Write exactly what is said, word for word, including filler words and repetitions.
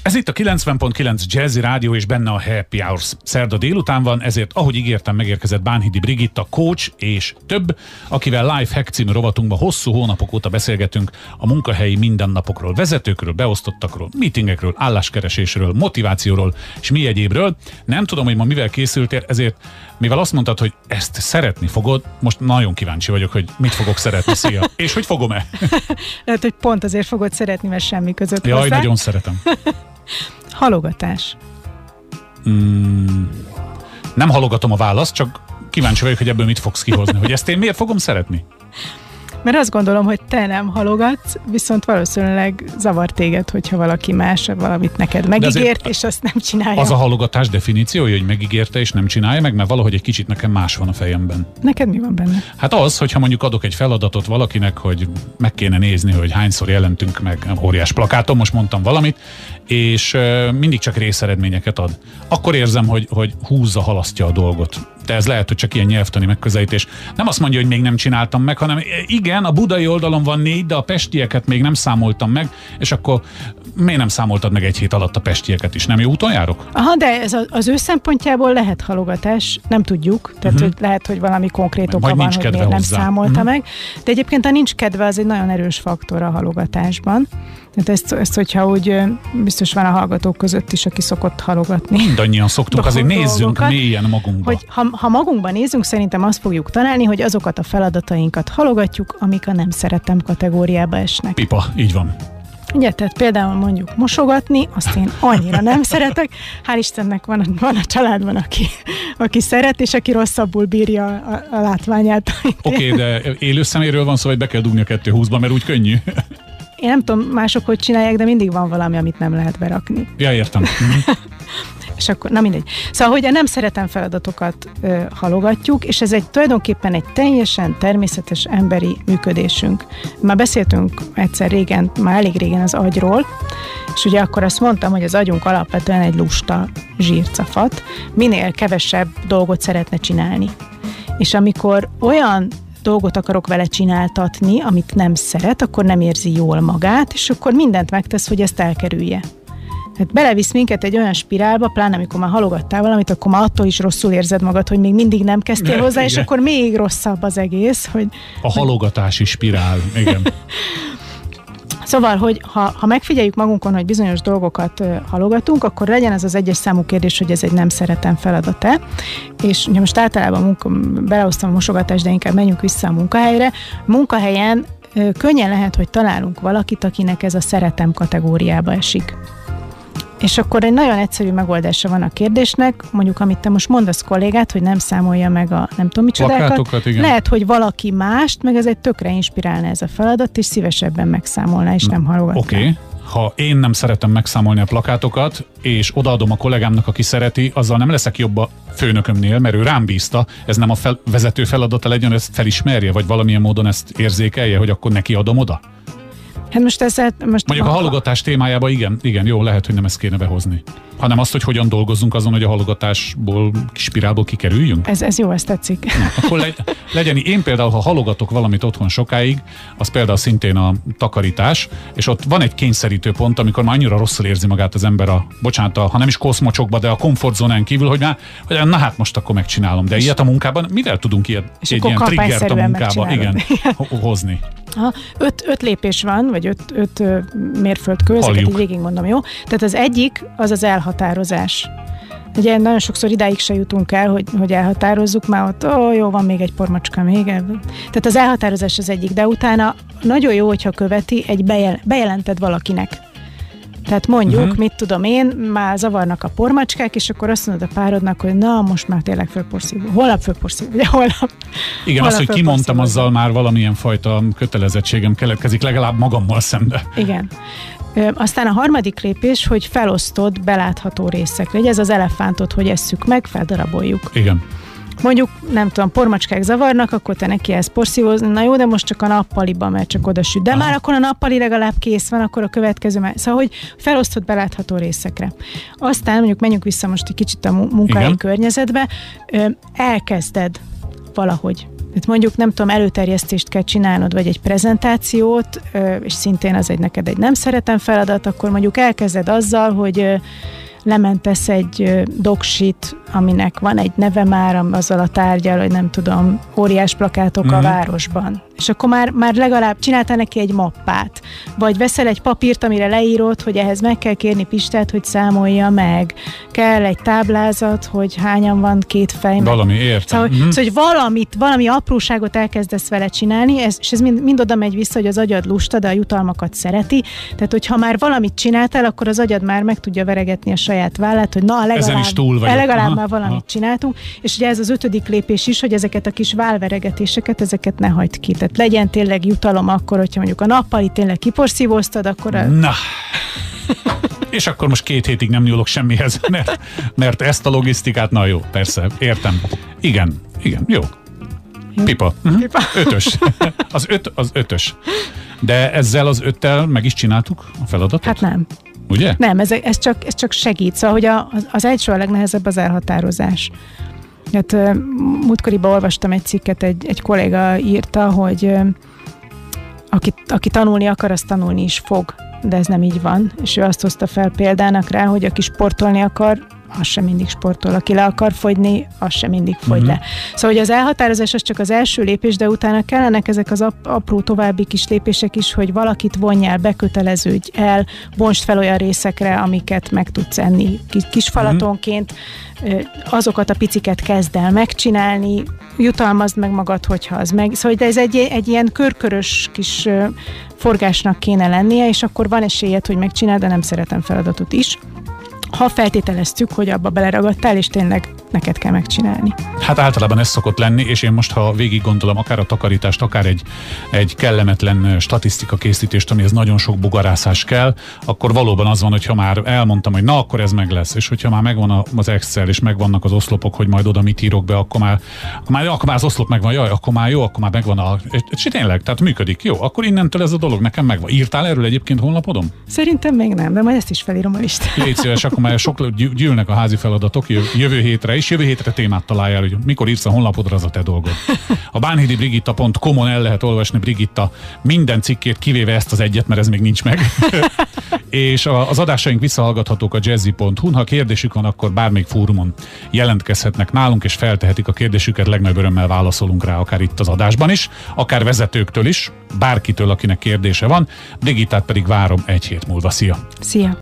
Ez itt a kilencven pont kilenc Jazzy Rádió, és benne a Happy Hours. Szerda délután van, ezért ahogy ígértem, megérkezett Bánhidi Brigitta, coach és több, akivel Life Hack című rovatunkban hosszú hónapok óta beszélgetünk a munkahelyi mindennapokról, vezetőkről, beosztottakról, meetingekről, álláskeresésről, motivációról és mi egyébről. Nem tudom, hogy ma mivel készültél, ezért mivel azt mondtad, hogy ezt szeretni fogod, most nagyon kíváncsi vagyok, hogy mit fogok szeretni, szia. És hogy fogom-e? Lehet, hogy pont azért fogod szeretni, mert semmi között Jaj, hozzá. nagyon szeretem. Halogatás. Mm, nem halogatom a választ, csak kíváncsi vagyok, hogy ebből mit fogsz kihozni. Hogy ezt én miért fogom szeretni? Mert azt gondolom, hogy te nem halogatsz, viszont valószínűleg zavar téged, hogyha valaki más valamit neked megígért, és azt nem csinálja. Az a halogatás definíciója, hogy megígérte és nem csinálja meg, mert valahogy egy kicsit nekem más van a fejemben. Neked mi van benne? Hát az, hogyha mondjuk adok egy feladatot valakinek, hogy meg kéne nézni, hogy hányszor jelentünk meg, óriás plakáton, most mondtam valamit, és mindig csak részeredményeket ad. Akkor érzem, hogy, hogy húzza, halasztja a dolgot. De ez lehet, hogy csak ilyen nyelvtani megközelítés. Nem azt mondja, hogy még nem csináltam meg, hanem igen, a budai oldalon van négy, de a pestieket még nem számoltam meg, és akkor miért nem számoltad meg egy hét alatt a pestieket is? Nem jó úton járok? Aha, de ez az ő szempontjából lehet halogatás, nem tudjuk, tehát uh-huh. hogy lehet, hogy valami konkrét oka van, hogy miért nem számolta uh-huh. meg. De egyébként a nincs kedve, az egy nagyon erős faktor a halogatásban. Tehát ezt, ezt, hogyha úgy biztos van a hallgatók között is, aki szokott halogatni. Mindannyian szoktunk, azért nézzünk mélyen magunkba. Hogy ha, ha magunkban nézzünk, szerintem azt fogjuk találni, hogy azokat a feladatainkat halogatjuk, amik a nem szeretem kategóriába esnek. Pipa, így van. Ugye, tehát például mondjuk mosogatni, azt én annyira nem szeretek. Hál' Istennek van, van a családban, aki, aki szeret, és aki rosszabbul bírja a, a látványát. Oké, okay, de élő szeméről van szó, hogy be kell dugni a kettő húszba, mert úgy könnyű. Én nem tudom mások, hogy csinálják, de mindig van valami, amit nem lehet berakni. Ja, értem. És akkor, na mindegy. Szóval, hogy a nem szeretem feladatokat ö, halogatjuk, és ez egy tulajdonképpen egy teljesen természetes emberi működésünk. Már beszéltünk egyszer régen, már elég régen az agyról, és ugye akkor azt mondtam, hogy az agyunk alapvetően egy lusta zsírcafat, minél kevesebb dolgot szeretne csinálni. És amikor olyan dolgot akarok vele csináltatni, amit nem szeret, akkor nem érzi jól magát, és akkor mindent megtesz, hogy ezt elkerülje. Hát belevisz minket egy olyan spirálba, pláne amikor már halogattál valamit, akkor már attól is rosszul érzed magad, hogy még mindig nem kezdtél ne, hozzá, igen. És akkor még rosszabb az egész. Hogy, a halogatási spirál, igen. Szóval, hogy ha, ha megfigyeljük magunkon, hogy bizonyos dolgokat uh, halogatunk, akkor legyen ez az egyes számú kérdés, hogy ez egy nem szeretem feladat-e. És ugye most általában munka, belehoztam a mosogatást, de inkább menjünk vissza a munkahelyre. Munkahelyen uh, könnyen lehet, hogy találunk valakit, akinek ez a szeretem kategóriába esik. És akkor egy nagyon egyszerű megoldása van a kérdésnek, mondjuk amit te most mondasz kollégát, hogy nem számolja meg a nem tudom micsodákat. Lehet, hogy valaki mást, meg ez egy tökre inspirálna ez a feladat, és szívesebben megszámolná, és nem halogatná. Oké. Okay. Ha én nem szeretem megszámolni a plakátokat, és odaadom a kollégámnak, aki szereti, azzal nem leszek jobb a főnökömnél, mert ő rám bízta, ez nem a fel, vezető feladata legyen, ezt felismerje, vagy valamilyen módon ezt érzékelje, hogy akkor neki adom oda? Hát most ez, most mondjuk a halogatás témájában igen, igen, jó, lehet, hogy nem ezt kéne behozni. Hanem azt, hogy hogyan dolgozzunk azon, hogy a halogatásból, spirálból kikerüljünk. Ez, ez jó, ez tetszik. Na, akkor le, legyen, én például, ha halogatok valamit otthon sokáig, az például szintén a takarítás, és ott van egy kényszerítő pont, amikor már annyira rosszul érzi magát az ember a, bocsánat, a, ha nem is koszmocsokba, de a komfortzónán kívül, hogy már, hogy na hát most akkor megcsinálom. De és ilyet a munkában, mivel tudunk ilyet, egy ilyen triggert a munkába igen, hozni? Ha, öt, öt lépés van, vagy öt, öt mérföldkő, ezeket így végig mondom, jó? Tehát az egyik, az az elhatározás. Ugye nagyon sokszor idáig se jutunk el, hogy, hogy elhatározzuk, már ott, ó, jó, van még egy pormacska még. Tehát az elhatározás az egyik, de utána nagyon jó, hogyha követi, egy bejel, bejelented valakinek. Tehát mondjuk, uh-huh. mit tudom én, már zavarnak a pormacskák, és akkor azt mondod a párodnak, hogy na, most már tényleg fölporszívó. Holnap fölporszívó, ugye holnap. Igen, az, hogy kimondtam, azzal már valamilyen fajta kötelezettségem keletkezik, legalább magammal szembe. Igen. Ö, aztán a harmadik lépés, hogy felosztod belátható részekre. Ugye ez az elefántot, hogy esszük meg, feldaraboljuk. Igen. Mondjuk, nem tudom, pormacskák zavarnak, akkor te neki elsz porszívózni, na jó, de most csak a nappaliba, mert csak oda süt. De Aha. már akkor a nappali legalább kész van, akkor a következő már. Szóval, hogy felosztod belátható részekre. Aztán mondjuk menjünk vissza most egy kicsit a munkahelyi környezetbe, elkezded valahogy Tehát mondjuk nem tudom, előterjesztést kell csinálnod, vagy egy prezentációt, és szintén az egy neked egy nem szeretem feladat, akkor mondjuk elkezded azzal, hogy lementesz egy doksit, aminek van egy neve már azzal a tárgyal, hogy nem tudom, óriás plakátok mm. a városban. És akkor már, már legalább csináltál neki egy mappát. Vagy veszel egy papírt, amire leírod, hogy ehhez meg kell kérni Pistát, hogy számolja meg. Kell egy táblázat, hogy hányan van két fej. Valami, értem. Szóval, mm. szóval hogy valamit, valami apróságot elkezdesz vele csinálni, ez, és ez mind, mind oda megy vissza, hogy az agyad lusta, de a jutalmakat szereti. Tehát, hogyha már valamit csináltál, akkor az agyad már meg tudja veregetni a saját vállát, hogy na, legalább, ezen is túl vagyok. legalább aha, már valamit aha. csináltunk. És ugye ez az ötödik lépés is, hogy ezeket a kis válveregetéseket, ezeket ne hagyd ki. Tehát legyen tényleg jutalom akkor, hogyha mondjuk a nappali tényleg kiporszívóztad, akkor... A... Na! És akkor most két hétig nem nyúlok semmihez, mert, mert ezt a logisztikát, na jó, persze, értem. Igen, igen, jó. Pipa. Uh-huh. Pipa. Ötös. Az öt, az ötös. De ezzel az öttel meg is csináltuk a feladatot? Hát nem. Ugye? Nem, ez, ez, csak, ez csak segít. Szóval, hogy a, az első a legnehezebb az elhatározás. Hát múltkoriban olvastam egy cikket, egy, egy kolléga írta, hogy aki, aki tanulni akar, az tanulni is fog. De ez nem így van. És ő azt hozta fel példának rá, hogy aki sportolni akar, az sem mindig sportol. Aki le akar fogyni, az sem mindig fogy uh-huh. le. Szóval, hogy az elhatározás az csak az első lépés, de utána kellenek ezek az ap- apró további kis lépések is, hogy valakit vonjál, beköteleződj el, bontsd fel olyan részekre, amiket meg tudsz enni kis falatonként, azokat a piciket kezd el megcsinálni, jutalmazd meg magad, hogyha az meg... Szóval de ez egy, egy ilyen körkörös kis forgásnak kéne lennie, és akkor van esélyed, hogy megcsináld, de nem szeretem feladatot is. Ha feltételeztük, hogy abba beleragadtál, és tényleg neked kell megcsinálni. Hát általában ez szokott lenni, és én most, ha végig gondolom akár a takarítást, akár egy, egy kellemetlen statisztika készítést, amihez nagyon sok bugarászás kell, akkor valóban az van, hogyha már elmondtam, hogy na, akkor ez meg lesz, és hogyha már megvan az Excel, és megvannak az oszlopok, hogy majd oda mit írok be, akkor már, akkor már, akkor már az oszlop megvan, jaj, akkor már jó, akkor már megvan a... És tényleg, tehát működik, jó, akkor innentől ez a dolog nekem megvan. Írtál erről egyébként honlapodon? Szerintem még nem, de majd ezt is felírom a listára. Légy szíves, akkor már sok gyűlnek a házi feladatok jövő hétre, és jövő hétre témát találjál, hogy mikor írsz a honlapodra, az a te dolgod. A bánhidi brigitta pont com-on el lehet olvasni Brigitta minden cikkét, kivéve ezt az egyet, mert ez még nincs meg. És az adásaink visszahallgathatók a jazzy pont hu-n. Ha kérdésük van, akkor bármelyik fórumon jelentkezhetnek nálunk, és feltehetik a kérdésüket, legnagyobb örömmel válaszolunk rá, akár itt az adásban is, akár vezetőktől is, bárkitől, akinek kérdése van. Brigittát pedig várom egy hét múlva. Szia! Szia!